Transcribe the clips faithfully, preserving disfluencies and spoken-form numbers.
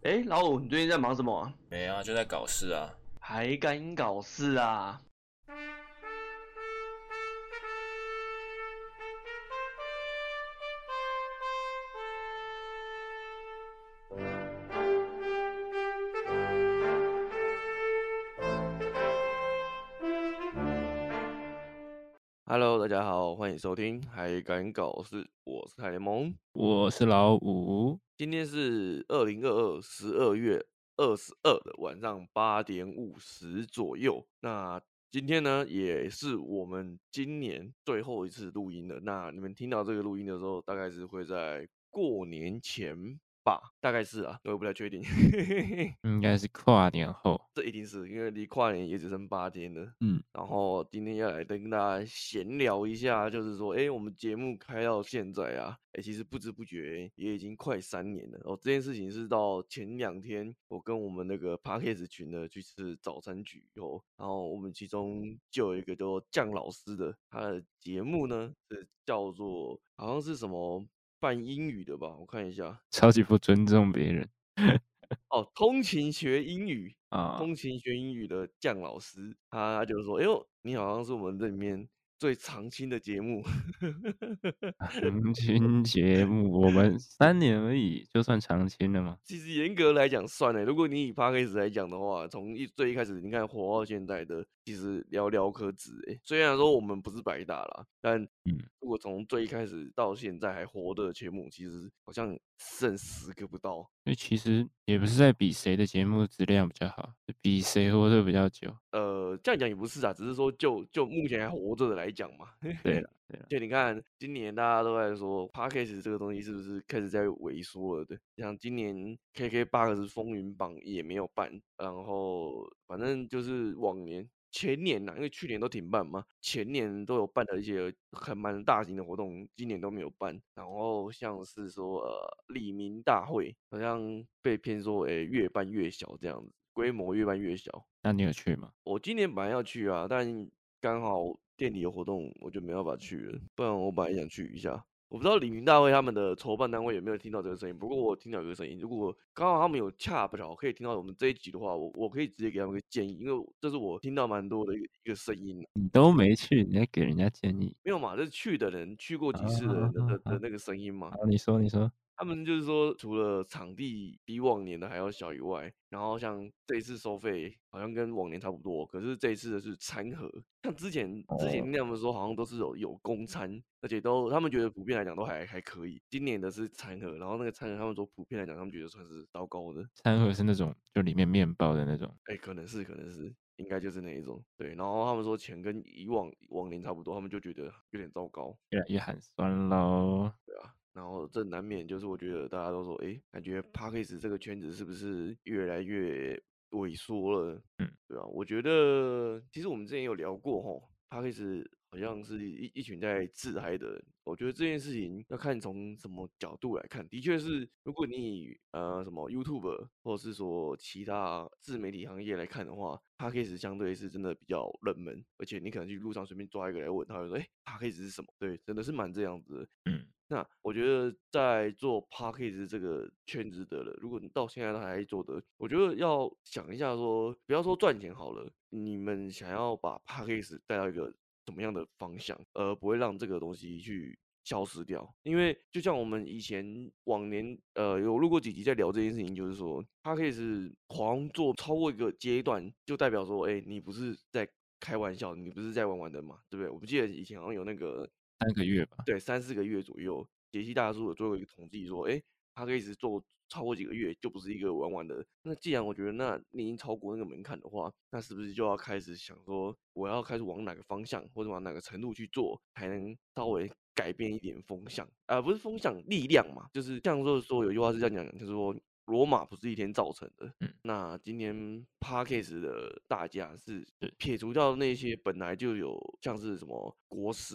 哎，老五，你最近在忙什么啊？ 没啊，就在搞事啊。 还敢搞事啊？Hello，大家好，欢迎收听《还敢搞事》，我是海联盟。 我是老五。 今天是二零二二十二月二十二的晚上八点五十左右。那今天呢，也是我们今年最后一次录音了。那你们听到这个录音的时候，大概是会在过年前吧，大概是啊，我也不太确定。 应该是跨年后。 这一定是因为离跨年也只剩八天了。 嗯， 然后今天要来跟大家闲聊一下，就是说，哎，我们节目开到现在啊，哎，其实不知不觉也已经快三年了。哦，这件事情是到前两天，我跟我们那个 Podcast 群的去吃早餐局以后，然后我们其中就有一个叫酱老师的，他的节目呢是叫做好像是什么半英语的吧，我看一下。 超级不尊重别人哦，通勤学英语， 啊！ 通勤学英语的酱老师，他就说：“哎呦，你好像是我们这里面最常青的节目。” 常青节目，我们三年而已，就算常青了吗？ 其实严格来讲算了，如果你以 Podcast 来讲的话，从一最一开始你看活到现在的，其实寥寥可指诶。虽然说我们不是百大啦，但嗯， 如果从最一开始到现在还活的节目，其实好像剩十个不到。 所以其实也不是在比谁的节目质量比较好，是比谁活得比较久。 呃，这样讲也不是啊，只是说就就目前还活着的来讲嘛。 对了，对了， 就你看，今年大家都在说 Podcast 这个东西是不是开始在萎缩了的？像今年 K K B O X 风云榜也没有办，然后反正就是往年、前年呐、因为去年都停办嘛，前年都有办的一些很蛮大型的活动，今年都没有办。然后像是说呃李明大会，好像被骗说诶、越办越小这样子，规模越办越小。 那你有去吗？ 我今年本来要去啊，但刚好店里有活动，我就没办法去了。不然我本来想去一下。我不知道李明大会他们的筹办单位有没有听到这个声音，不过我听到有个声音。如果刚好他们有恰不巧可以听到我们这一集的话，我我可以直接给他们个建议，因为这是我听到蛮多的一个一个声音。 你都没去，你还给人家建议没有嘛，这是去的人去过啊？ 几次的人的好好的的那个声音嘛。 好，你说，你说， 他们就是说，除了场地比往年的还要小以外，然后像这一次收费好像跟往年差不多，可是这一次的是餐盒，像之前之前哦， 那们说好像都是有有公餐，而且都他们觉得普遍来讲都还还可以。今年的是餐盒，然后那个餐盒他们说普遍来讲他们觉得算是糟糕的。 餐盒是那种就里面面包的那种。 哎、可能是可能是应该就是那一种。对，然后他们说钱跟以往往年差不多，他们就觉得有点糟糕。 越来越寒酸喽。 对啊，然后这难免就是我觉得大家都说，哎，感觉 p a c k a g e 这个圈子是不是越来越萎缩了？ 嗯， 对啊，我觉得其实我们之前有聊过吼 p a c k a g e 好像是一一群在自嗨的人。我觉得这件事情要看从什么角度来看，的确是，如果你以呃什么 YouTube 或者是说其他自媒体行业来看的话 p a c k a g e 相对是真的比较冷门，而且你可能去路上随便抓一个来问，他会说，哎 p a c k a g e 是什么？对，真的是蛮这样子的。 嗯， 那我觉得在做 p a c k a g e 这个圈子的人，如果你到现在都还在做的，我觉得要想一下说，不要说赚钱好了，你们想要把 p a c k a g e 带到一个什么样的方向，而不会让这个东西去消失掉。因为就像我们以前往年呃有录过几集在聊这件事情，就是说 p a c k a g e 狂做超过一个阶段，就代表说，哎、你不是在开玩笑，你不是在玩玩的嘛，对不对？我不记得以前好像有那个。 三个月吧。 对，三四个月左右，杰西大叔有做过一个统计，说，哎，他可以一直做超过几个月，就不是一个玩玩的。那既然我觉得，那你已经超过那个门槛的话，那是不是就要开始想说，我要开始往哪个方向或者往哪个程度去做，才能稍微改变一点风向？啊、不是风向，力量嘛，就是像说说有句话是这样讲，就是说罗马不是一天造成的。 嗯， 那今天 p a r k a s 的大家是是撇除掉那些本来就有像是什么国师啊，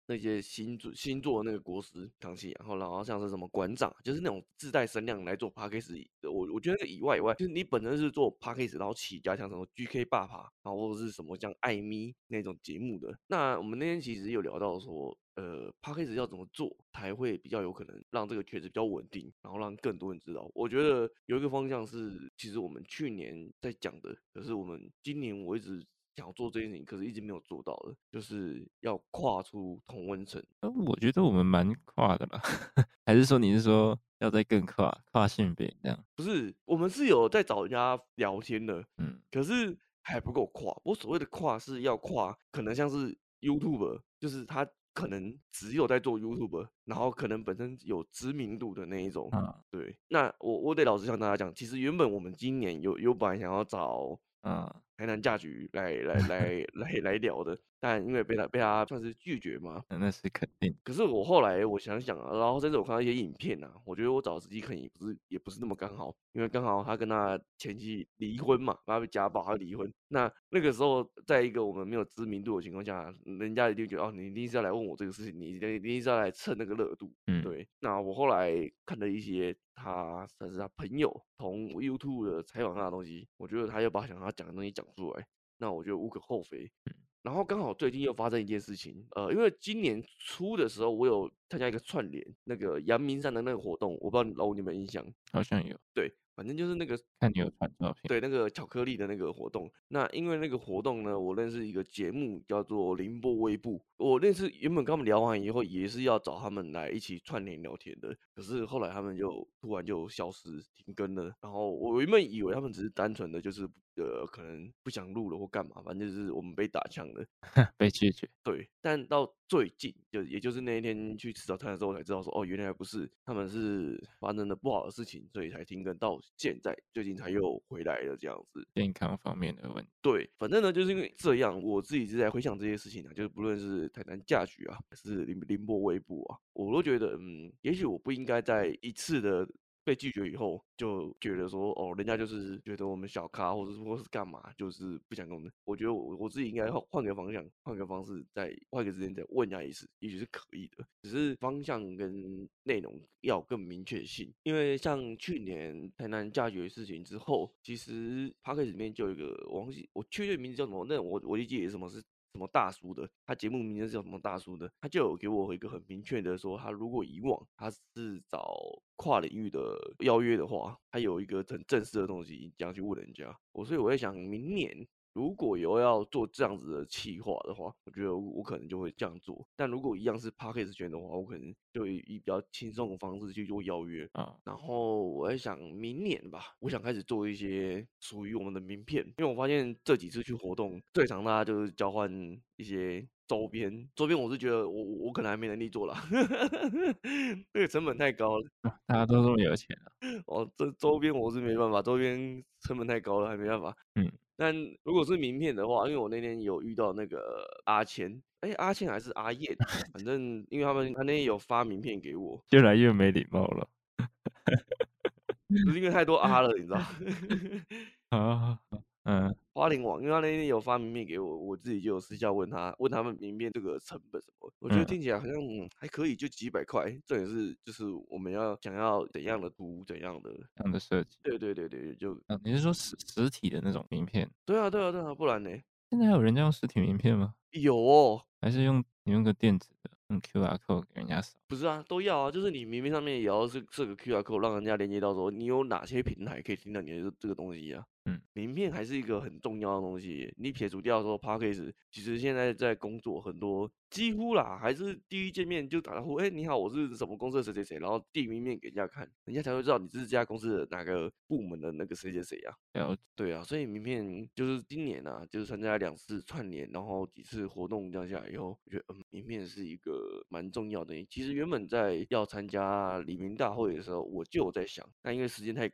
那些星座星座的那个国师唐启阳，然后然后像是什么馆长，就是那种自带声量来做 podcast 的。我我觉得那个以外以外，就是你本身是做 podcast 然后起家，像什么 G K 爸爸，然后或者是什么像艾咪那种节目的。那我们那天其实有聊到说，呃 p a c k a g e 要怎么做才会比较有可能让这个圈子比较稳定，然后让更多人知道。我觉得有一个方向是，其实我们去年在讲的，可是我们今年我一直想要做这件事情，可是一直没有做到的，就是要跨出同温层。 呃，我觉得我们蛮跨的啦，还是说你是说要再更跨，跨性别这样？ 不是，我们是有在找人家聊天的， 嗯， 可是还不够跨。我所谓的跨是要跨，可能像是 YouTube，就是他可能只有在做 YouTube，然后可能本身有知名度的那一种。 啊对，那我我得老实向大家讲，其实原本我们今年有有本来想要找啊， 台南嫁局来来来来来聊的，但因为被他被他算是拒绝嘛， 那那是肯定。 可是我后来我想想啊，然后甚至我看到一些影片啊，我觉得我找时机可能也不是也不是那么刚好，因为刚好他跟他前妻离婚嘛，然后被家暴，他离婚。那那个时候，在一个我们没有知名度的情况下，人家一定觉得哦，你一定是要来问我这个事情，你一定一定是要来蹭那个热度。 嗯， 对，那我后来看了一些他算是他朋友从 YouTube 的采访他的东西，我觉得他要把想要讲的东西讲出来，那我觉得无可厚非。然后刚好最近又发生一件事情，呃，因为今年初的时候，我有参加一个串联，那个阳明山的那个活动，我不知道老吴你们有没有印象？ 好像有， 对，反正就是那个看你有传照片。 对，那个巧克力的那个活动。那因为那个活动呢，我认识一个节目叫做凌波微步。我认识原本跟他们聊完以后，也是要找他们来一起串联聊天的，可是后来他们就突然就消失停更了。然后我原本以为他们只是单纯的就是呃可能不想录了或干嘛，反正就是我们被打枪了。 被拒绝。 对，但到最近，就也就是那一天去吃早餐的时候，我才知道说，哦，原来不是，他们是发生了不好的事情，所以才停更，到现在最近才又回来了这样子。 健康方面的问题。 对，反正呢，就是因为这样，我自己是在回想这些事情啊，就是不论是台南嫁局啊，还是林林波微步啊，我都觉得，嗯，也许我不应该在一次的被拒绝以后，就觉得说，哦，人家就是觉得我们小咖，或者说是干嘛，就是不想跟我们。我觉得我我自己应该换换个方向，换个方式，再换个时间再问人家一次，也许是可以的。只是方向跟内容要更明确性，因为像去年台南嫁局的事情之后，其实 p a c k a g e 里面就有一个，我忘记我确切名字叫什么，那我我理解也是什么是什么大叔的，他节目名称是叫什么大叔的，他就有给我一个很明确的说，他如果以往他是找跨领域的邀约的话，他有一个很正式的东西这样去问人家，我所以我在想，明年如果有要做这样子的企划的话，我觉得我可能就会这样做。但如果一样是 p a c k a g e 圈的话，我可能就以以比较轻松的方式去做邀约。 啊， 然后我在想，明年吧，我想开始做一些属于我们的名片，因为我发现这几次去活动，最常大家就是交换一些周边，周边我是觉得我我我可能还没能力做啦，那个成本太高了。 大家都这么有钱啊。 哦，这周边我是没办法，周边成本太高了，还没办法。 嗯， 但如果是名片的话，因为我那天有遇到那个阿谦，哎、阿谦还是阿燕，反正因为他们他那天有发名片给我， 越来越没礼貌了。 就是因为太多阿了，你知道。 啊，嗯， 花莲网，因为他那天有发名片给我，我自己就有私下问他，问他们名片这个成本什么，我觉得嗯， 听起来好像嗯还可以，就几百块。这也是就是我们要想要怎样的图，怎样的， 这样的设计。 对对对对，就啊，你是说实实体的那种名片？ 对啊对啊对啊，不然呢？ 现在还有人在用实体名片吗？ 有哦， 还是用你用个电子的，用 Q R code 给人家扫？ 不是啊，都要啊，就是你名片上面也要是设个 Q R code，让人家连接到说你有哪些平台可以听到你的这这个东西啊。 嗯， 名片还是一个很重要的东西。你撇除掉说 p a c k a g e 其实现在在工作很多几乎啦，还是第一见面就打招呼，哎、你好，我是什么公司的谁谁谁，然后递名片给人家看，人家才会知道你是这家公司的哪个部门的那个谁谁谁啊。 了解。 对啊，所以名片就是今年啊，就是参加两次串联，然后几次活动这样下来以后，我觉得嗯，名片是一个蛮重要的。其实原本在要参加黎明大会的时候，我就有在想，但因为时间太赶了，然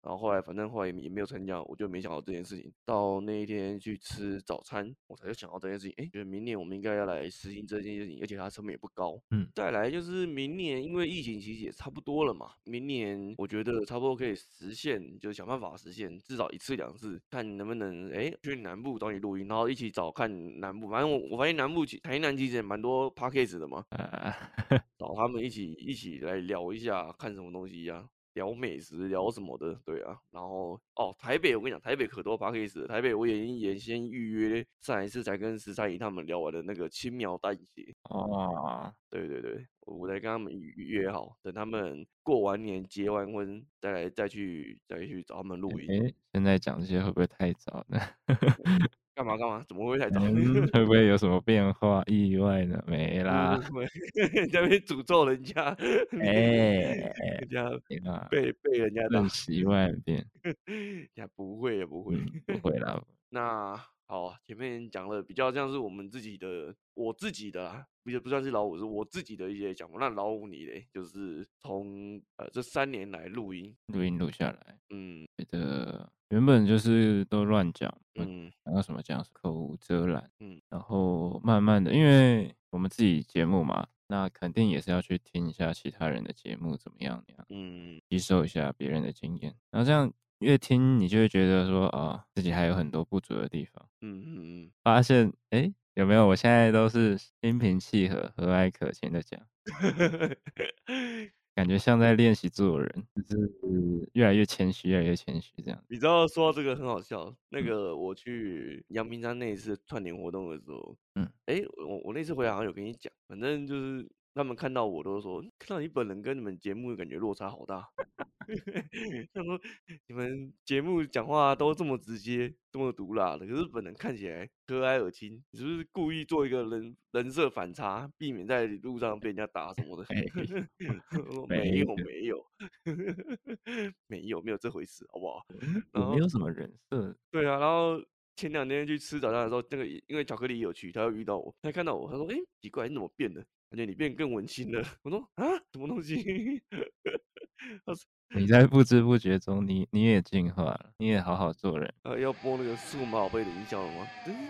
然后后来反正后来也没有参加，我就没想到这件事情。到那一天去吃早餐，我才想到这件事情。哎，觉得明年我们应该要来实行这件事情，而且它成本也不高。 嗯， 再来就是明年，因为疫情其实也差不多了嘛，明年我觉得差不多可以实现，就想办法实现，至少一次两次，看能不能哎去南部找你录音，然后一起找看南部。反正我我发现南部其台南其实也蛮多 p a c k a g e 的嘛， 啊， 找他们一起一起来聊一下，看什么东西呀、聊美食，聊什么的，对啊。然后哦，台北我跟你讲，台北可多 p a c k a g e 了，台北我也也先预约，上一次才跟十三姨他们聊完的那个轻描淡写。 哦， 对对对，我才跟他们预约好，等他们过完年结完婚，再来再去再去找他们录音。 诶，现在讲这些会不会太早呢？ 干嘛干嘛？怎么会太早？ 嗯，会不会有什么变化、意外呢？没啦， 不会，在那边诅咒人家， 哎， 人家没啦， 被被人家打， 瞬息万变， 呀不会也不会。 嗯，不会啦， 那好啊，前面讲了比较像是我们自己的，我自己的啦，不不算是老五，是我自己的一些讲法。那老五你嘞，就是从呃这三年来录音， 录音录下来， 嗯觉得原本就是都乱讲，我嗯讲到什么讲，口无遮拦， 嗯然后慢慢的，因为我们自己节目嘛，那肯定也是要去听一下其他人的节目怎么样，那样嗯吸收一下别人的经验，然后这样越听，你就会觉得说啊，自己还有很多不足的地方。 嗯嗯嗯， 发现，诶，有没有我现在都是心平气和、和蔼可亲的讲，感觉像在练习做人，就是越来越谦虚，越来越谦虚这样。 你知道说到这个很好笑，那嗯个我去阳明山那一次串联活动的时候， 嗯， 哎，我我那次回来好像有跟你讲，反正就是他们看到我都说，看到你本人跟你们节目感觉落差好大。他说你们节目讲话都这么直接，这么毒辣的，可是本人看起来和蔼而亲，你是不是故意做一个人人设反差，避免在路上被人家打什么的？ 没我说没没有， 有没有没有没有这回事，好不好？ 我然后没有什么人设， 对啊，然后前两天去吃早餐的时候，那个因为巧克力也有去，他又遇到我，他看到我，他说："哎、奇怪，你怎么变了？感觉你变更文青了。"我说："啊，什么东西？"他说： 你在不知不觉中，你你也进化了，你也好好做人， "呃，要播那个数码宝贝的音效了吗？"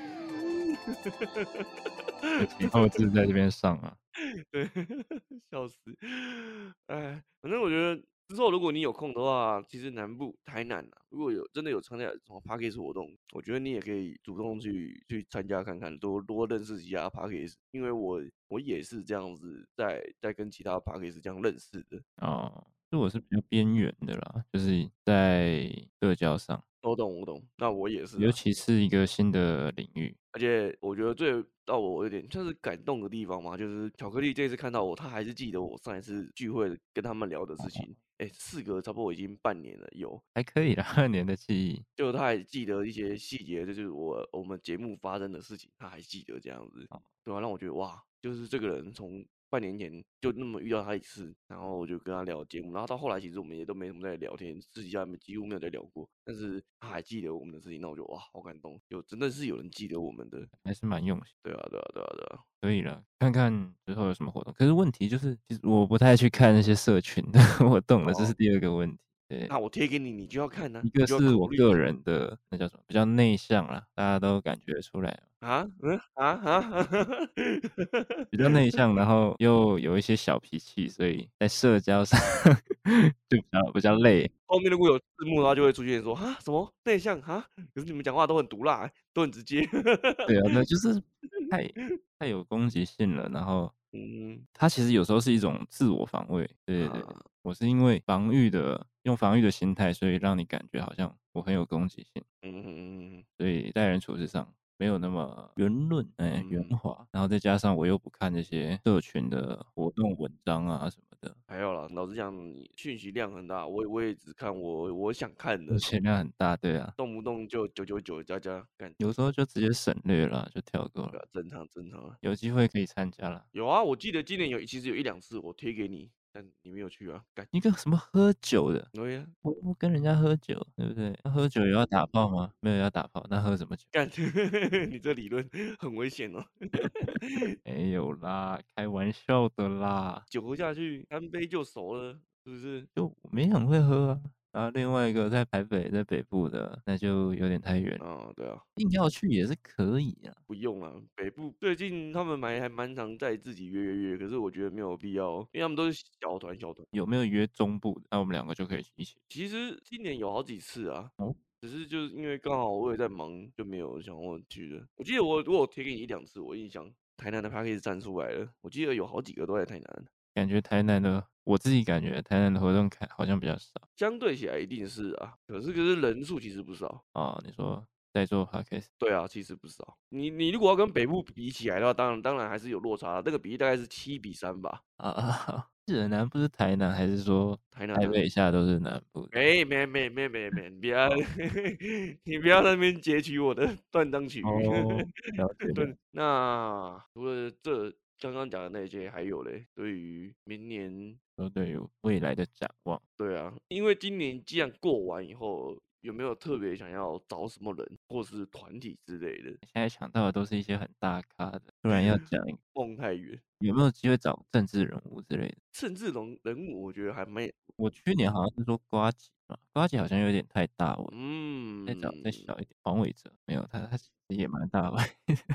而且后置在这边上啊， 对，笑死。哎，反正我觉得之后如果你有空的话，其实南部台南啊，如果有真的有参加什么 p a c k a g e 活动，我觉得你也可以主动去去参加看看，多多认识其他 p a c k a g e 因为我我也是这样子在在跟其他 p a c k a g e 这样认识的。 哦，这我是比较边缘的啦，就是在社交上， 我懂我懂，那我也是尤啊。 其是一个新的领域， 而且我觉得最让我有点像是感动的地方嘛，就是巧克力这次看到我，他还是记得我上一次聚会跟他们聊的事情。哎，事隔差不多已经半年了，有， 还可以啦，二年的记忆， 就他还记得一些细节，这就是我我们节目发生的事情，他还记得这样子， 哦对啊，让我觉得哇，就是这个人从半年前就那么遇到他一次，然后我就跟他聊节目，然后到后来其实我们也都没什么在聊天，私底下没几乎没有在聊过，但是他还记得我们的事情，那我就哇，好感动，有真的是有人记得我们的， 还是蛮用心。 对啊，对啊，对啊，对啊。 可以了，看看之后有什么活动。可是问题就是，其实我不太去看那些社群的活动了，这是哦， 第二个问题。对， 那我贴给你，你就要看呢、 一个你就要是我个考虑啊。 人的那叫什么，比较内向啦，大家都感觉出来， 啊，嗯，啊啊， 比较内向，然后又有一些小脾气，所以在社交上就比较比较累。 后面如果有字幕的话，就会出现说啊什么内向啊，可是你们讲话都很毒辣欸，都很直接。 对啊，那就是太太有攻击性了，然后嗯， 它其实有时候是一种自我防卫。对对对， 啊， 我是因为防御的用防御的心态，所以让你感觉好像我很有攻击性。 嗯嗯嗯所以待人处事上没有那么圆润，哎，圆嗯， 滑。然后再加上我又不看这些社群的活动文章啊什么的， 还有啦，老实讲，你讯息量很大，我也我也只看我我想看的， 而且量很大，对啊， 动不动就九九九加加，干， 有时候就直接省略了，就跳过了。 对啊，正常正常啊。 有机会可以参加啦。 有啊，我记得今年有其实有一两次我贴给你，但你没有去啊，干， 一个什么喝酒的， 对呀， 我不跟人家喝酒，对不对？那喝酒也要打炮吗？没有要打炮，那喝什么酒？ 干，你这理论很危险哦。 没有啦，开玩笑的啦， 酒喝下去，干杯就熟了，是不是？ 就我没很会喝啊。 然后另外一个在台北，在北部的，那就有点太远了。 啊，对啊。 硬要去也是可以啊。 不用啦，北部最近他们蛮还蛮常在自己约约约，可是我觉得没有必要，因为他们都是小团小团。 有没有约中部的？那我们两个就可以一起。 其实今年有好几次啊， 哦， 只是就是因为刚好我也在忙，就没有想我去的。我记得我我有贴给你一两次，我印象台南的 p a c k a g e 站出来了，我记得有好几个都在台南， 感觉台南的，我自己感觉台南的活动看好像比较少。 相对起来一定是啊，可是可是人数其实不少。 哦，你说在做 podcast 对啊，其实不少。你你如果要跟北部比起来的话，当然当然还是有落差啦，那个比例大概是七比三吧。 啊啊，是南不是台南，还是说台台南呢？ 北以下都是南部的？ 没没没没没没，你不要你不要在那边截取我的断章取义。 哦，了解对， 了。 那除了这刚刚讲的那些，还有嘞，对于明年， 说对于未来的展望， 对啊，因为今年既然过完以后，有没有特别想要找什么人或是团体之类的？ 现在想到的都是一些很大咖的，突然要讲一个梦太远， 有没有机会找政治人物之类的？ 甚至人人物，我觉得还蛮， 我去年好像是说瓜吉嘛，瓜吉好像有点太大胃，再找再嗯。 小一点，黄伟哲没有他，他其实也蛮大胃。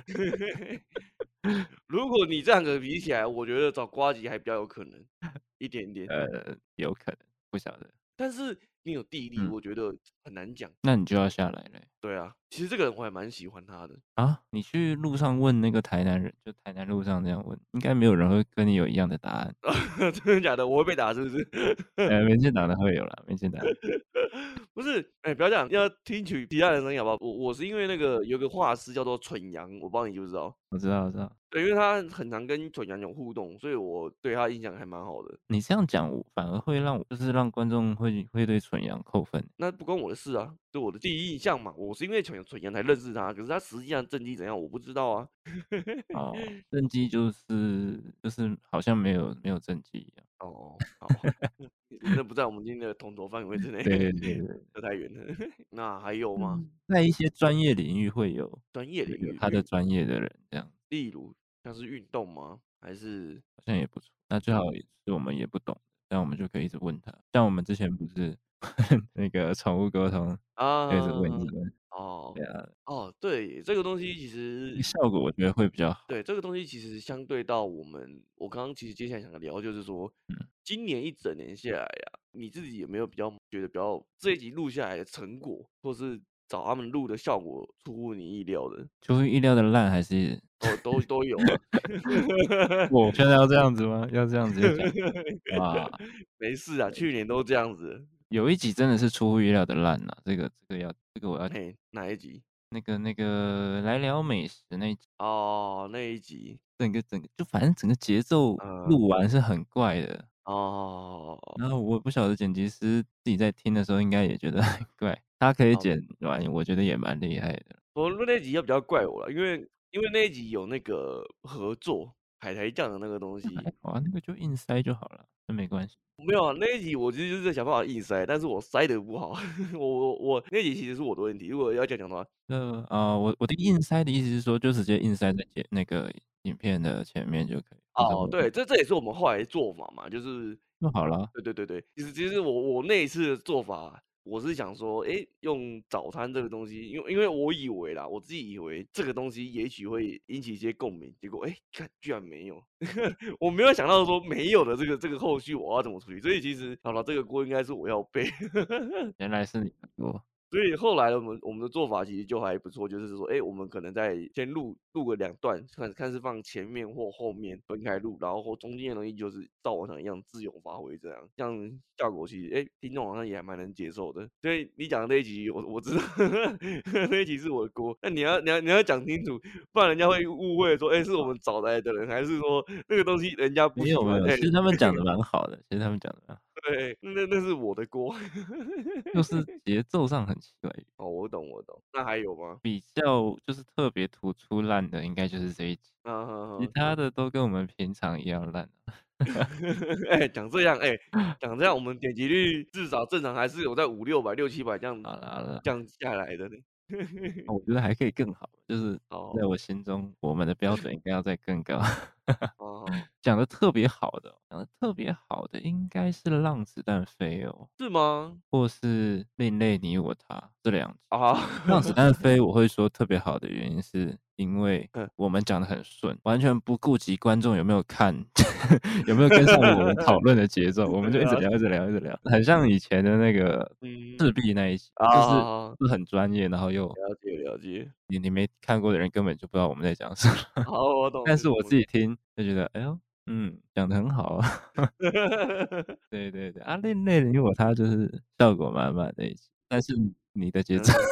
如果你这两个比起来，我觉得找瓜吉还比较有可能一点点。 呃，有可能，不晓得。 但是你有地利， 嗯， 我觉得很难讲。 那你就要下来嘞。 对啊，其实这个人我还蛮喜欢他的。 啊，你去路上问那个台南人，就台南路上这样问，应该没有人会跟你有一样的答案。 真的假的？我会被打是不是？ 呃，民进党的会有啦，民进党的。 不是，哎、不要讲，要听取其他人的声音好不好？我我是因为那个有个画师叫做蠢羊，我不知道你知不知道？ 我知道，我知道。 对，因为他很常跟蠢羊有互动，所以我对他印象还蛮好的。 你这样讲，我反而会让我就是让观众会会对蠢羊扣分。 那不关我的事啊，就我的第一印象嘛。我是因为蠢蠢羊才认识他，可是他实际上政绩怎样我不知道啊。 哦，政绩就是就是好像没有没有政绩一样。 哦，好，那不在我们今天的统筹范围之内， 对对对对。 这太远了。那还有吗？ 嗯，在一些专业领域会有专业领有有域运， 他的专业的人这样， 例如像是运动吗？还是好像也不错。那最好也是我们也不懂，这样我们就可以一直问他。像我们之前不是那个宠物沟通，就一直问一啊？ 直问。 哦对啊， 哦，对，这个东西其那个实效果我觉得会比较好。 对，这个东西其实相对到我们，我刚刚其实接下来想聊，就是说， 嗯， 今年一整年下来呀、你自己有没有比较觉得比较这一集录下来的成果，或是找他们录的效果出乎你意料的， 出乎意料的烂还是都都都有啊。 我现在要这样子吗？要这样子就讲。哇， 没事啊，去年都这样子了。 有一集真的是出乎意料的烂呐，这个这个要这个我要嘿，哪一集？ 那个那个来聊美食那一集， 哦，那一集， 整个整个就反正整个节奏呃， 录完是很怪的。 哦， 然后我不晓得剪辑师自己在听的时候应该也觉得很怪，他可以好， 剪完，我觉得也蛮厉害的。 我录那集要比较怪我了，因为因为那一集有那个合作海苔酱的那个东那还西。 好啊，那个就硬塞就好了，那没关系。 没有啊，那一集我其实就是在想办法硬塞，但是我塞的不好。我我我那集其实是我的问题，如果要这样讲的话， 那啊，我我的硬塞的意思是说，就直接硬塞在剪那个影片的前面就可以，不是哦，对，这这也是我们后来的做法嘛，就是就好了。 对对对对，其实其实我我那一次的做法，我是想说，诶，用早餐这个东西，因为因为我以为啦，我自己以为这个东西也许会引起一些共鸣，结果诶，看居然没有，我没有想到说没有的这个这个后续我要怎么处理，所以其实好了，这个锅应该是我要背。 原来是你的锅。 所以后来我们我们的做法其实就还不错，就是说，哎，我们可能在先录录个两段，看看是放前面或后面分开录，然后或中间的东西就是照往常一样自由发挥这样，这样效果其实，哎，听众好像也还蛮能接受的。所以你讲的那一集，我我知道那一集是我的锅，那你要你要你要讲清楚，不然人家会误会说，哎，是我们找来的人，还是说那个东西人家不喜欢？ 没有没有， 哎， 其实他们讲的蛮好的，其实他们讲的蛮好， 对，那那是我的锅。 就是节奏上很奇怪。 哦，我懂我懂，那还有吗？ 比较就是特别突出烂的，应该就是这一集， 啊哈其哈。 他的都跟我们平常一样烂啊。 哎，讲这样，哎，讲这样，我们点击率至少正常还是有在五六百、六七百这样好了好了， 降下来的呢。 我觉得还可以更好，就是在哦。 我心中，我们的标准应该要再更高。 哦。 讲得特别好的讲得特别好的应该是《让子弹飞》哦。 是吗？ 或是《另类你我他》这两集。 啊。 《让子弹飞》我会说特别好的原因是因为嗯。 我们讲得很顺，完全不顾及观众有没有看，有没有跟上我们讨论的节奏，我们就一直了聊一直聊一直聊，很像以前的那个嗯。 赤壁那一集， 啊， 就是好好。 是很专业，然后又了解了解。 你你没看过的人根本就不知道我们在讲什么。 好，我懂但是我我懂。 自己听就觉得，哎呦，嗯，讲得很好啊。对对对，啊，另类你我他就是效果满满的一集，但是你的节奏嗯。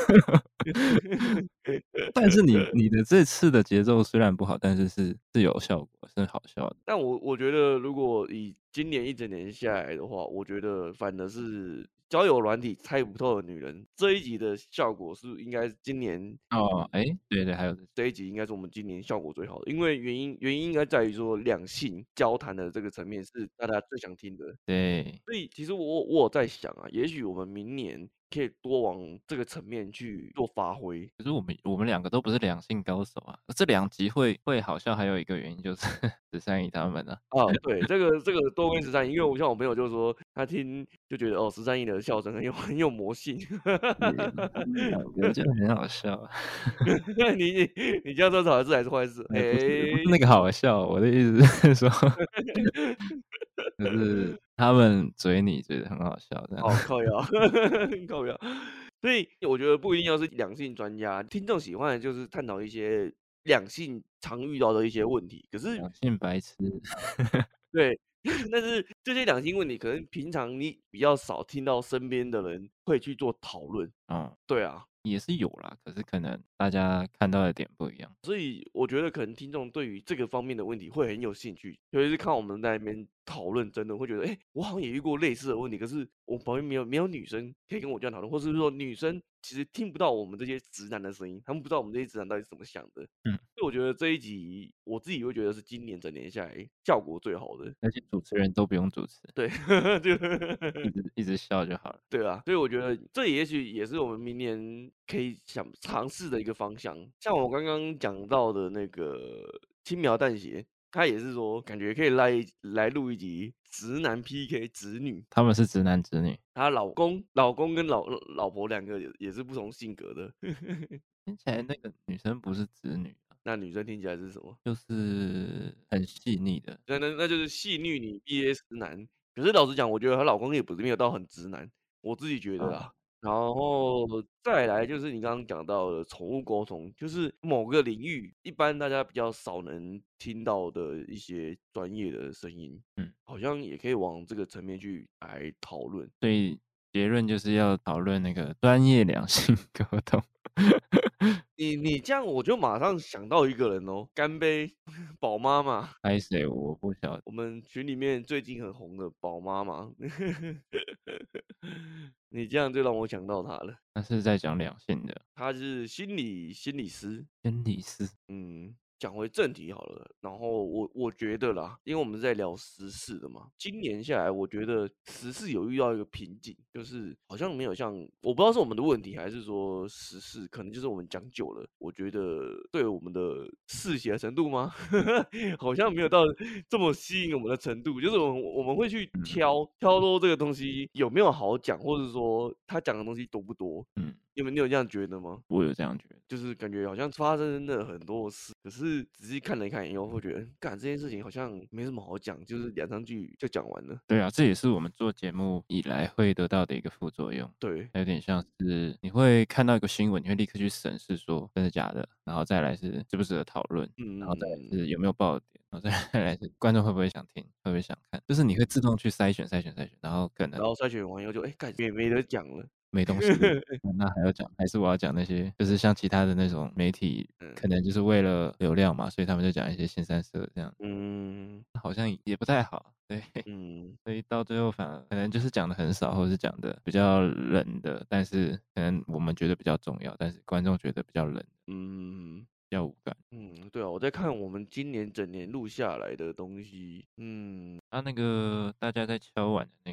但是你你的这次的节奏虽然不好，但是是是有效果，是好笑的。 但我我觉得如果以今年一整年下来的话，我觉得反而是交友软体猜不透的女人，这一集的效果是应该是今年哦，诶，对对，还有这一集应该是我们今年效果最好的，因为原因原因应该在于说两性交谈的这个层面是大家最想听的。 对。 所以其实我我有在想啊，也许我们明年可以多往这个层面去做发挥。 可是我们我们两个都不是两性高手啊，这两集会会好笑，还有一个原因就是十三姨他们啊。 哦，对，这个这个多亏十三姨，因为我像我朋友就说，他听就觉得，哦，十三姨的笑声很有很有魔性。 对，他们两个就很好笑。 你你你这样说是好事还是坏事？ 哎，不是不是诶。 那个好笑，我的意思是说就是他们嘴你觉得很好笑这样。 哦，靠腰，靠腰。所以我觉得不一定要是两性专家，听众喜欢的就是探讨一些两性常遇到的一些问题，可是两性白痴。 对，但是这些两性问题可能平常你比较少听到身边的人会去做讨论。 哦。 对啊。 也是有啦，可是可能大家看到的点不一样。 所以我觉得可能听众对于这个方面的问题会很有兴趣，尤其是看我们在那边讨论真的会觉得，诶，我好像也遇过类似的问题，可是我旁边没有没有女生可以跟我这样讨论，或是说女生其实听不到我们这些直男的声音，他们不知道我们这些直男到底是怎么想的。 嗯。 所以我觉得这一集我自己会觉得是今年整年下来效果最好的。 而且主持人都不用主持。 对。 一直一直笑就好了。 对啊，所以我觉得这也许也是我们明年可以想尝试的一个方向。像我刚刚讲到的那个轻描淡写，他也是说感觉可以来来录一集直男 P K 直女。 他们是直男直女。 她老公老公跟老老婆两个也也是不同性格的。 听起来那个女生不是直女啊。 那女生听起来是什么？ 就是很细腻的。 那那那就是戏虐女 V S 直男。可是老实讲，我觉得她老公也不是没有到很直男，我自己觉得啊。 啦。然后再来就是你刚刚讲到的宠物沟通，就是某个领域，一般大家比较少能听到的一些专业的声音， 嗯。 好像也可以往这个层面去来讨论。 所以结论就是要讨论那个专业两性沟通。 你你这样我就马上想到一个人哦，干杯，宝妈妈。 拍谁？我不晓得。 我们群里面最近很红的宝妈妈。你这样就让我想到她了。 他是在讲两性的。 她是心理心理师。 心理师。 嗯，讲回正题好了，然后我我觉得啦，因为我们是在聊时事的嘛，今年下来，我觉得时事有遇到一个瓶颈，就是好像没有像我不知道是我们的问题，还是说时事可能就是我们讲久了，我觉得对我们的嗜血程度吗？好像没有到这么吸引我们的程度，就是我们我们会去嗯。 挑挑说这个东西有没有好讲，或者说他讲的东西多不多。 嗯。 你有没你有这样觉得吗？ 我有这样觉得。 就是感觉好像发生了很多事，可是仔细看了一看以后，会觉得，干这件事情好像没什么好讲，就是两三句就讲完了。 对啊，这也是我们做节目以来会得到的一个副作用。 对。 有点像是你会看到一个新闻，你会立刻去审视说真的假的，然后再来是值不值得讨论，然后再来嗯。 是有没有爆点，然后再来是观众会不会想听，会不会想看，就是你会自动去筛选筛选筛选，然后可能然后筛选完以后就，哎，干也没得讲了。 没东西了，那还要讲还是我要讲那些就是像其他的那种媒体，可嗯。 能就是为了流量嘛，所以他们就讲一些腥羶色这样。 嗯。 好像也不太好，对。 嗯。 所以到最后反而可能就是讲得很少，或者是讲得比较冷的，但是可能我们觉得比较重要，但是观众觉得比较冷。 嗯。 比较无感。 嗯，对啊，我在看我们今年整年录下来的东西，嗯。 他那个大家在敲碗的那个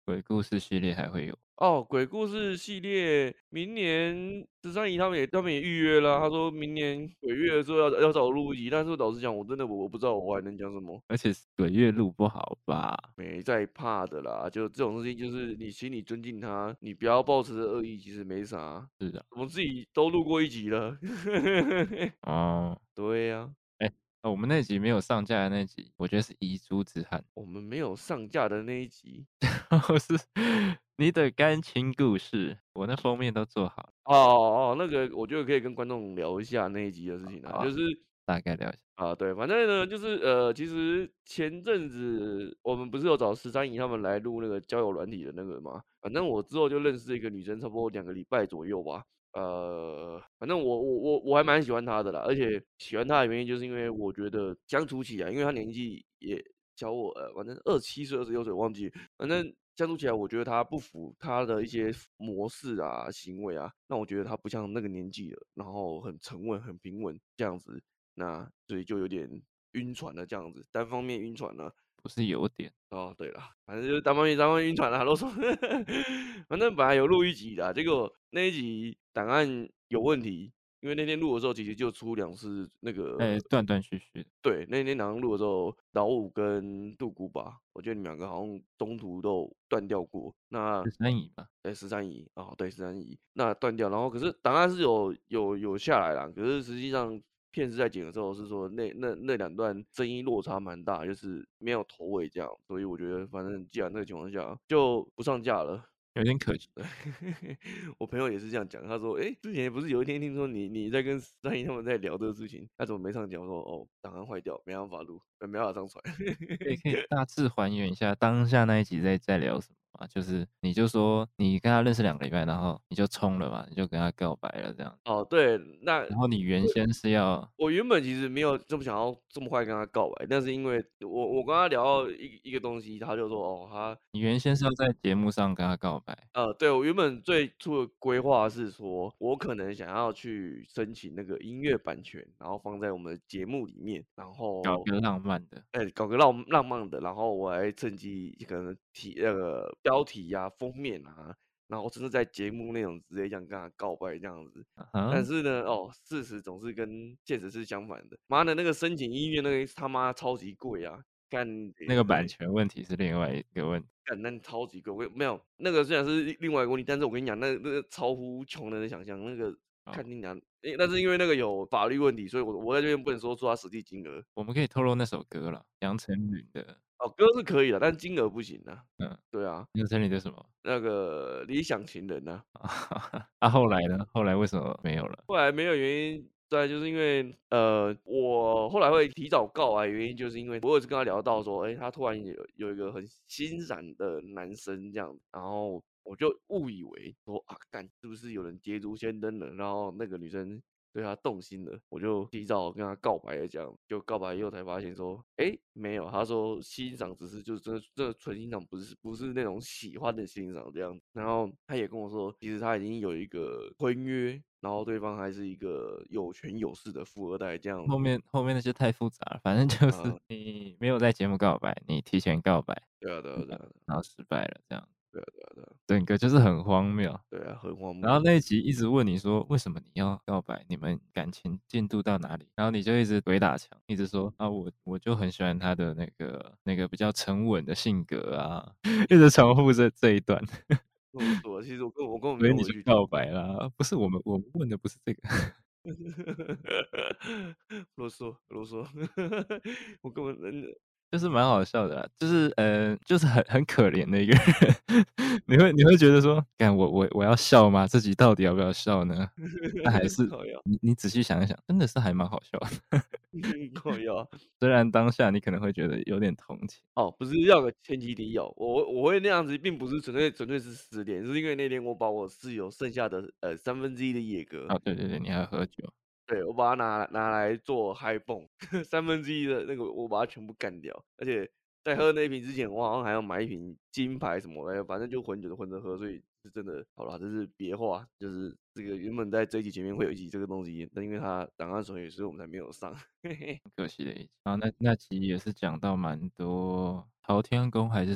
鬼故事系列还会有。 哦，鬼故事系列，明年十三姨他们也他们也预约了啊，他说明年鬼月的时候要要找我录一集，但是老实讲，我真的我我不知道我还能讲什么。 而且鬼月录不好吧？ 没在怕的啦，就这种事情，就是你心里尊敬他，你不要抱持着恶意，其实没啥。 是的。 我们自己都录过一集了。 哦。 对呀、 哎、呃我们那集没有上架的那集，我觉得是遗珠之憾。 我们没有上架的那一集。 是你的感情故事，我那封面都做好了。 哦哦，那个我觉得可以跟观众聊一下那一集的事情啊， 好， 就是大概聊一下。 啊，对，反正呢，就是呃，其实前阵子我们不是有找十三姨他们来录那个交友软体的那个吗？反正我之后就认识一个女生，差不多两个礼拜左右吧。呃，反正我我我我还蛮喜欢她的啦，而且喜欢她的原因就是因为我觉得相处起来，因为她年纪也小我，呃，反正二十七岁、二十六岁，我忘记，反正相处起来，我觉得她不符她的一些模式啊、行为啊，那我觉得她不像那个年纪了，然后很沉稳、很平稳这样子。那所以就有点晕船了这样子，单方面晕船了。 不是有点。 哦，对了，反正就是单方面单方面晕船了，都说，反正本来有录一集的啊，结果那一集档案有问题，因为那天录的时候其实就出两次那个， 哎、断断续续的。 对，那天档案录的时候，老五跟杜姑吧，我觉得你们两个好像中途都有断掉过。那十三姨吧。 对，十三姨，哦，对，十三姨，那断掉，然后可是档案是有有有下来啦，可是实际上片是在剪的时候是说那那那两段声音落差蛮大，就是没有头尾这样，所以我觉得反正既然这个情况下就不上架了。 有点可惜。 我朋友也是这样讲，他说：“哎、之前不是有一天听说你你在跟三姨他们在聊这个事情，那怎么没上架？”我说：“哦，档案坏掉，没办法录，呃没办法上传。” 可以可以大致还原一下当下那一集在在聊什么吗？就是你就说你跟他认识两个礼拜，然后你就冲了嘛，你就跟他告白了这样。 哦，对，那然后你原先是要我原本其实没有这么想要这么快跟他告白，但是因为我我跟他聊到一一个东西，他就说哦，他你原先是要在节目上跟他告白。 呃，对我原本最初的规划是说，我可能想要去申请那个音乐版权，然后放在我们的节目里面，然后搞个浪漫的。 哎搞个浪浪漫的，然后我还趁机可能题那个标题呀、封面啊，然后甚至在节目内容直接这样跟他告白这样子。但嗯， 是呢，哦，事实总是跟现实是相反的。妈的，那个申请音乐那个他妈超级贵啊！干， 那个版对， 权问题是另外一个问题。 干那超级贵。我没有那个虽然是另另外一个问题，但是我跟你讲，那那个超乎穷人的想象。那个哦， 看你讲，诶，那是因为那个有法律问题，所以我我在这边不能说出他实际金额。 我们可以透露那首歌了，杨丞琳的。 哦，歌是可以的，但金额不行啊。 嗯。 对啊， 杨丞琳的什么？ 那个理想情人呐、 啊，后来呢？后来为什么没有了？ 后来没有原因，再来就是因为，呃，我后来会提早告白，原因就是因为我有一次跟他聊到说，哎、他突然有有一个很欣赏的男生这样，然后我就误以为说啊，干是不是有人捷足先登了，然后那个女生对他动心了，我就提早跟他告白了，这样就告白以后才发现说，哎、没有，他说欣赏只是就是真的真的纯欣赏，不是不是那种喜欢的欣赏这样。然后他也跟我说，其实他已经有一个婚约，然后对方还是一个有权有势的富二代这样。 后面后面那些太复杂了，反正就是啊， 你没有在节目告白，你提前告白， 对啊，对啊，对啊， 然后失败了，这样对啊，对啊，对啊， 整个就是很荒谬。 对啊，很荒然后谬。 那一集一直问你说为什么你要告白，你们感情进度到哪里？然后你就一直鬼打墙，一直说啊我我就很喜欢他的那个那个比较沉稳的性格啊，一直重复这这一段。 跟我说，其实我根本我根本没所以有回去听。 你就告白啦。不是我们我们问的不是这个。 啰嗦啰嗦，我根本嗯就是蛮好笑的啦，就是呃，就是很很可怜的一个人。你会你会觉得说，干我我我要笑吗？这集到底要不要笑呢？那还是靠腰， 你你仔细想一想，真的是还蛮好笑的。 靠腰。 虽然当下你可能会觉得有点同情。 哦，不是要个前提提要，我我会那样子，并不是纯粹纯粹是失恋，是因为那天我把我室友剩下的呃三分之一的野格， 哦，对对对，你还要喝酒。 对，我把它拿拿来做嗨蹦，三分之一的那个我把它全部干掉，而且在喝那一瓶之前，我好像还要买一瓶金牌什么的，反正就混酒的混着喝，所以是真的好啦，这是别话，就是这个原本在这一集前面会有一集这个东西，但因为它档案损毁，所以我们才没有上。嘿嘿， 很可惜的一集。然后那那集也是讲到蛮多朝天宫还是什么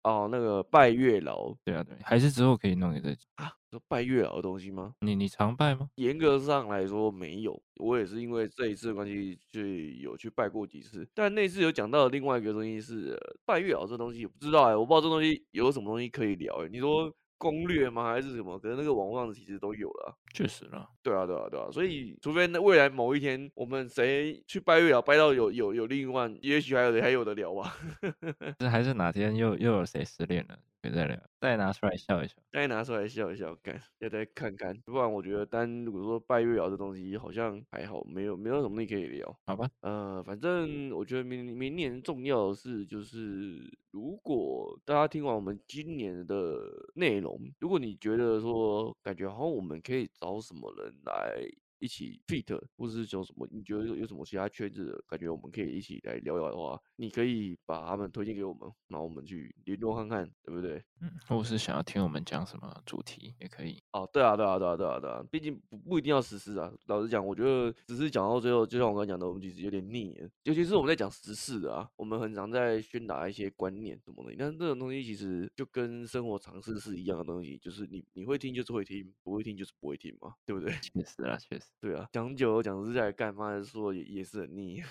哦，那个拜月老对啊，对，还是之后可以弄给再讲。 啊，说拜月老的东西吗？ 你你常拜吗？ 严格上来说没有，我也是因为这一次的关系，去有去拜过几次。但那次有讲到的另外一个东西是，呃拜月老这东西，我不知道哎、我不知道这东西有什么东西可以聊哎、你说攻略吗？还是什么？可能那个网络上其实都有了啊。 确实啦， 对啊，对啊，对啊，所以除非那未来某一天我们谁去拜月老拜到有有有另一半，也许还有的还有的聊吧。 这还是哪天又又有谁失恋了，可以再聊，再拿出来笑一笑。 再拿出来笑一笑，干，要再看看。不然我觉得单如果说拜月老这东西好像还好，没有没有什么东西可以聊。 好吧， 呃，反正我觉得明明年重要的是，就是如果大家听完我们今年的内容，如果你觉得说感觉好像我们可以找什么人来一起 fit，或者是有什么你觉得有有什么其他圈子的感觉，我们可以一起来聊聊的话，你可以把他们推荐给我们，然后我们去联络看看，对不对？ 嗯，或是想要听我们讲什么主题也可以。 哦，对啊，对啊，对啊，对啊，对啊，毕竟不不一定要时事啊。老实讲，我觉得只是讲到最后，就像我刚刚讲的，我们其实有点腻了。尤其是我们在讲时事的啊，我们很常在宣达一些观念什么的。但这种东西其实就跟生活常识是一样的东西，就是你你会听就是会听，不会听就是不会听嘛，对不对？ 确实啦，确实。 对啊，讲久了讲实在，干妈的说也也是很腻。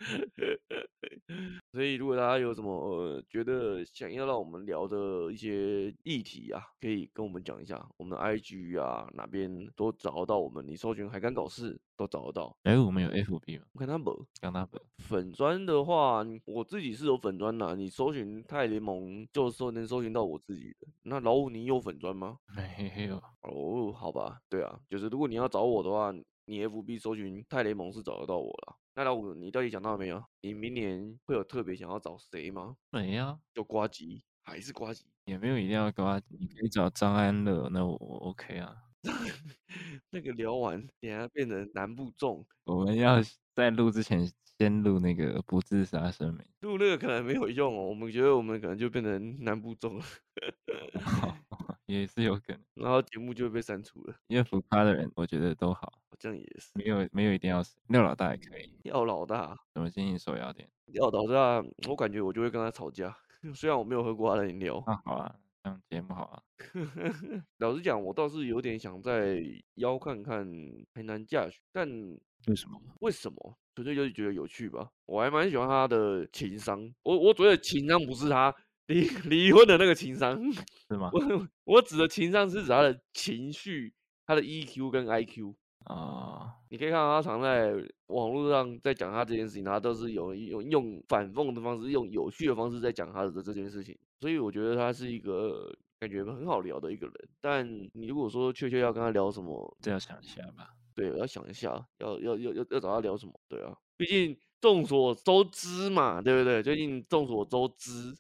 所以如果大家有什么呃觉得想要让我们聊的一些议题啊，可以跟我们讲一下，我们的 I G 啊哪边都找得到我们，你搜寻海干搞事都找得到。 哎，我们有 F B 吗？ 我看他们刚那本粉砖的话，你我自己是有粉砖的，你搜寻泰联盟就搜能搜寻到我自己的。那老五你有粉砖吗？ 没有， 哦，好吧，对啊，就是如果你要找我的话，你 F B 搜寻泰联盟是找得到我啦。那老五，你到底想到没有？你明年会有特别想要找谁吗？ 没啊， 就瓜吉还是瓜吉？ 也没有一定要跟他，你可以找张安乐，那我我 OK 啊。 那个聊完，等下变成南部粽， 我们要在录之前先录那个不自杀声明。 录那个可能没有用哦。我们觉得我们可能就变成南部粽了， 也是有可能， 然后节目就会被删除了。 因为浮夸的人，我觉得都好， 好像也是。 没有没有一定要死。廖老大也可以， 廖老大， 什么经营手摇店， 廖老大，我感觉我就会跟他吵架。虽然我没有喝过他的饮料， 那好啊，这样节目好啊。 老实讲，我倒是有点想再邀看看台南嫁娶，但为什么？ 为什么？纯粹就是觉得有趣吧。我还蛮喜欢他的情商，我我觉得情商不是他离离婚的那个情商， 是吗？ 我我指的情商是指他的情绪、他的 E Q 跟 I Q。 哦， 你可以看到他常在网络上在讲他这件事情，他都是有用用反讽的方式，用有趣的方式在讲他的这件事情，所以我觉得他是一个感觉很好聊的一个人。但你如果说确切要跟他聊什么， 这要想一下吧。 对，我要想一下，要要要要要找他聊什么，对啊，毕竟众所周知嘛，对不对？最近众所周知，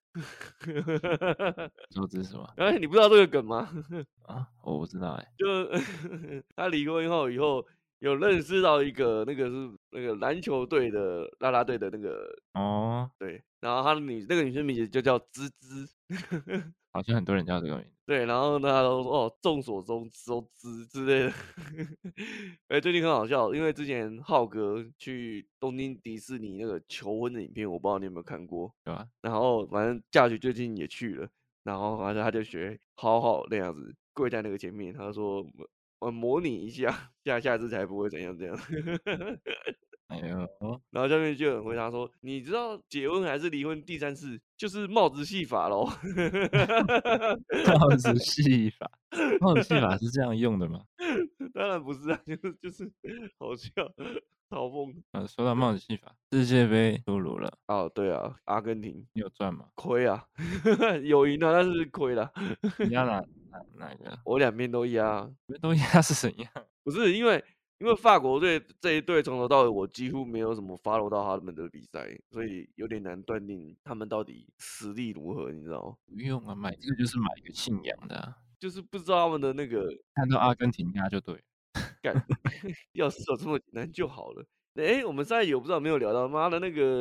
周知什么哎，你不知道这个梗吗？ 啊？我不知道哎、 就他离婚后以后，有认识到一个那个是那个篮球队的啦啦队的那个哦， 对，然后他的女那个女生名字就叫芝芝， 好像很多人叫这个名字。 对，然后呢，他都说哦，众所周周知之类的。哎，最近很好笑，因为之前浩哥去东京迪士尼那个求婚的影片，我不知道你有没有看过。 对吧？ 然后反正嫁娶最近也去了，然后反正他就学好好那样子跪在那个前面，他说我模拟一下，下下次才不会怎样怎样。 哎呦， 然后下面就有人回答说：“你知道结婚还是离婚第三次就是帽子戏法咯。” 帽子戏法，帽子戏法是这样用的吗？ 当然不是啊，就是就是好笑嘲讽。 呃，说到帽子戏法，世界杯出炉了， 哦，对啊，阿根廷你有赚吗？ 亏啊，有赢啊，但是亏了。 你要哪哪哪个？ 我两边都压， 你们都压是怎样？ 不是因为因为法国队这一队从头到尾我几乎没有什么 follow 到他们的比赛，所以有点难断定他们到底实力如何，你知道吗？ 不用啊，买这个就是买一个信仰的啊、 就是不知道他们的那个看到阿根廷压就对了。 干，要是有这么简单就好了。哎、我们上一集我不知道有没有聊到，妈的那个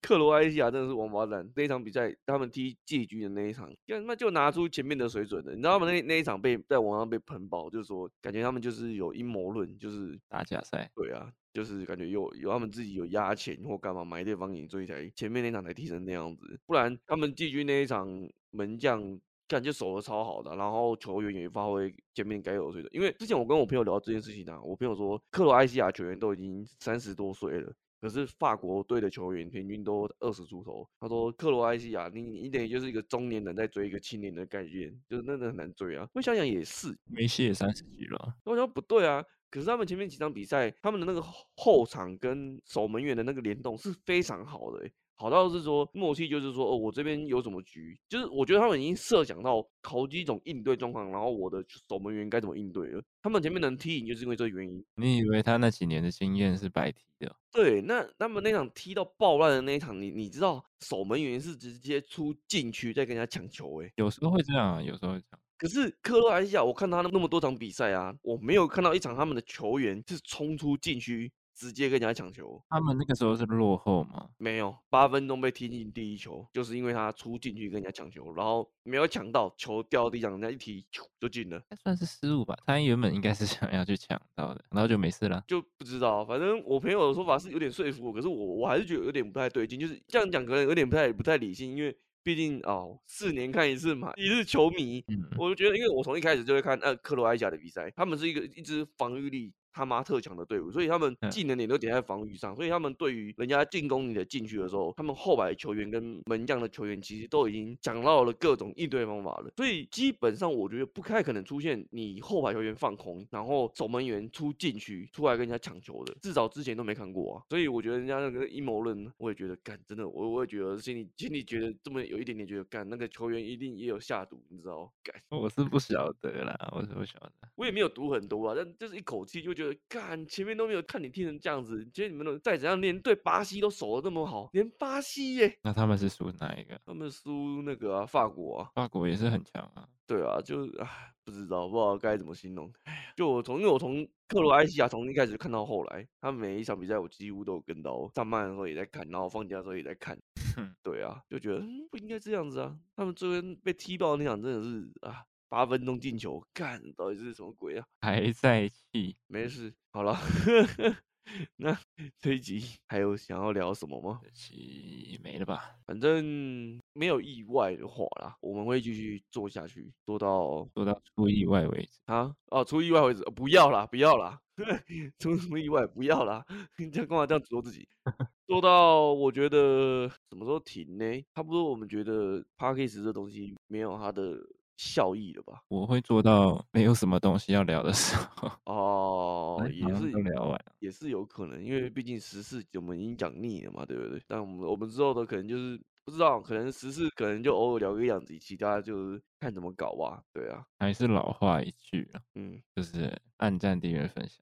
克罗埃西亚真的是王八蛋，那一场比赛他们踢季军的那一场，干那就拿出前面的水准了。你知道吗？那那一场被在网上被喷爆，就是说感觉他们就是有阴谋论，就是打假赛， 对啊，就是感觉有有他们自己有压钱或干嘛买对方赢，所以才前面那场才踢成那样子。不然他们季军那一场门将感觉守的超好的，然后球员也发挥前面该有的水准。因为之前我跟我朋友聊这件事情啊，我朋友说克罗埃西亚球员都已经三十多岁了。可是法国队的球员平均都二十出头。他说克罗埃西亚，你你等于就是一个中年人在追一个青年的概念，就是真的很难追啊。我想想也是， 梅西也三十几了， 我想不对啊。可是他们前面几场比赛，他们的那个后场跟守门员的那个联动是非常好的、欸，好到是说默契，就是说哦，我这边有什么局，就是我觉得他们已经设想到好几种应对状况，然后我的守门员该怎么应对了。他们前面能踢赢，就是因为这个原因。 你以为他那几年的经验是白踢的？ 对，那他们那场踢到爆烂的那一场，你你知道守门员是直接出禁区在跟人家抢球诶、欸有时候会这样啊，有时候会这样。 可是克罗埃西亚，我看他那么多场比赛啊，我没有看到一场他们的球员是冲出禁区直接跟人家抢球。 他们那个时候是落后嘛？ 没有，八分钟被踢进第一球，就是因为他出禁区跟人家抢球，然后没有抢到，球掉地上，人家一踢就进了。 那算是失误吧。他原本应该是想要去抢到的，然后就没事了。 就不知道，反正我朋友的说法是有点说服我，可是我我还是觉得有点不太对劲，就是这样讲可能有点不太不太理性，因为毕竟哦四年看一次嘛，你是球迷， 嗯， 我就觉得，因为我从一开始就会看呃克罗埃西亚的比赛，他们是一个一支防御力他妈特强的队伍，所以他们嗯技能点都点在防御上，所以他们对于人家进攻你的禁区的时候，他们后排球员跟门将的球员其实都已经讲到了各种应对方法了，所以基本上我觉得不太可能出现你后排球员放空，然后守门员出禁区出来跟人家抢球的，至少之前都没看过啊，所以我觉得人家那个阴谋论，我也觉得干真的，我我也觉得心里心里觉得这么有一点点觉得干那个球员一定也有下毒，你知道干。 我是不晓得啦，我是不晓得。 我也没有读很多啊，但就是一口气就觉得，干前面都没有看你踢成这样子，今天你们都再怎样，连对巴西都守的这么好，连巴西耶、 那他们是属哪一个？ 他们输那个啊法国啊， 法国也是很强啊。 对啊，就唉不知道不知道该怎么形容，哎呀，就我从因为我从克罗埃西亚从一开始看到后来，他们每一场比赛我几乎都有跟到，上班的时候也在看，然后放假的时候也在看， 哼， 对啊，就觉得、嗯、不应该这样子啊，他们最后被踢爆那场真的是啊八分钟进球，干到底是什么鬼啊？ 还在气。 没事，好了，那这一集还有想要聊什么吗？ 这期没了吧？ 反正没有意外的话啦，我们会继续做下去，做到做到出意外为止。 啊哦出意外为止、呃不要啦，不要啦，出什么意外不要啦，你这样干嘛这样诅咒自己？做到我觉得什么时候停呢？差不多我们觉得 p a c k a g e 这东西没有它的效益了吧？ 我会做到没有什么东西要聊的时候， 哦， 哎，好像也是都聊完了。 也是有可能，因为毕竟时事我们已经讲腻了嘛，对不对？但我们我们之后的可能就是不知道，可能时事可能就偶尔聊个样子，其他就是看怎么搞吧。对啊， 还是老话一句啊， 嗯， 就是按赞、订阅、分享，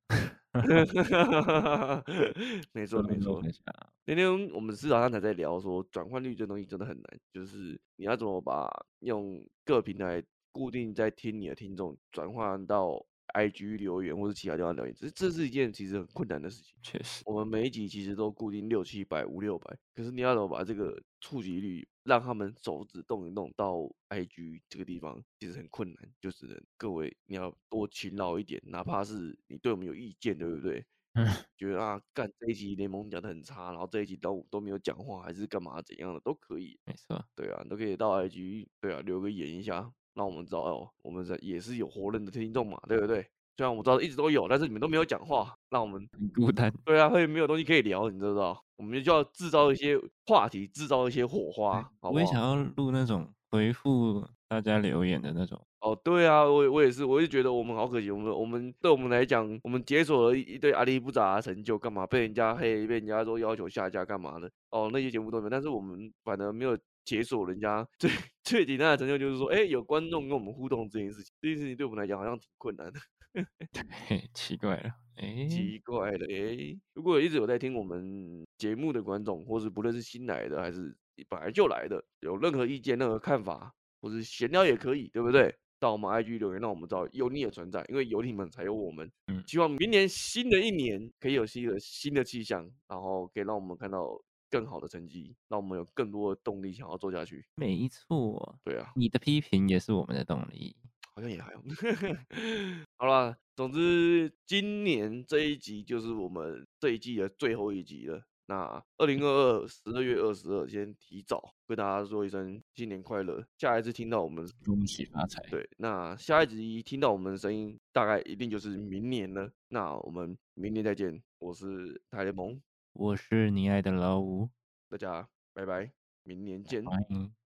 没错没错。 分享啊。 那天我们市场上才在聊说，转换率这东西真的很难，就是你要怎么把用各平台固定在听你的听众转换到 I G 留言或者其他地方留言，这这是一件其实很困难的事情。 确实， 我们每一集其实都固定六七百、五六百，可是你要怎么把这个触及率让他们手指动一动到 I G 这个地方，其实很困难，就只能各位你要多勤劳一点，哪怕是你对我们有意见，对不对？ 嗯， 觉得啊，干这一集联盟讲的很差，然后这一集都都没有讲话，还是干嘛怎样的都可以。 没错， 对啊，你都可以到 I G 对啊留个言一下，让我们知道哦，我们在也是有活人的听众嘛，对不对？虽然我知道一直都有，但是你们都没有讲话，让我们很孤单。 对啊，会没有东西可以聊，你知道？我们就要制造一些话题，制造一些火花，好不好？ 我也想要录那种回复大家留言的那种。 哦，对啊，我也我也是，我就觉得我们好可惜，我们我们对我们来讲，我们解锁了一一堆阿里不杂的成就，干嘛被人家黑，被人家说要求下架干嘛的？哦，那些节目都没有，但是我们反而没有解锁人家最最简单的成就，就是说，哎，有观众跟我们互动这件事情，这件事情对我们来讲好像挺困难的。 嘿，奇怪了，诶， 奇怪了，诶，如果一直有在听我们节目的观众，或是不论是新来的还是本来就来的，有任何意见、任何看法，或是闲聊也可以，对不对？到我们 I G 留言，让我们知道有你的存在，因为有你们才有我们。 嗯， 希望明年新的一年可以有新的新的气象，然后可以让我们看到更好的成绩，让我们有更多的动力想要做下去。 没错， 对啊。 你的批评也是我们的动力。 好像也还好。好啦，总之今年这一集就是我们这一季的最后一集了。那二零二二十二月二十二，先提早跟大家说一声新年快乐。下一次听到我们， 恭喜发财。 对，那下一集听到我们的声音，大概一定就是明年了。那我们明年再见，我是台联盟， 我是你爱的老五， 大家拜拜，明年拜见。 拜。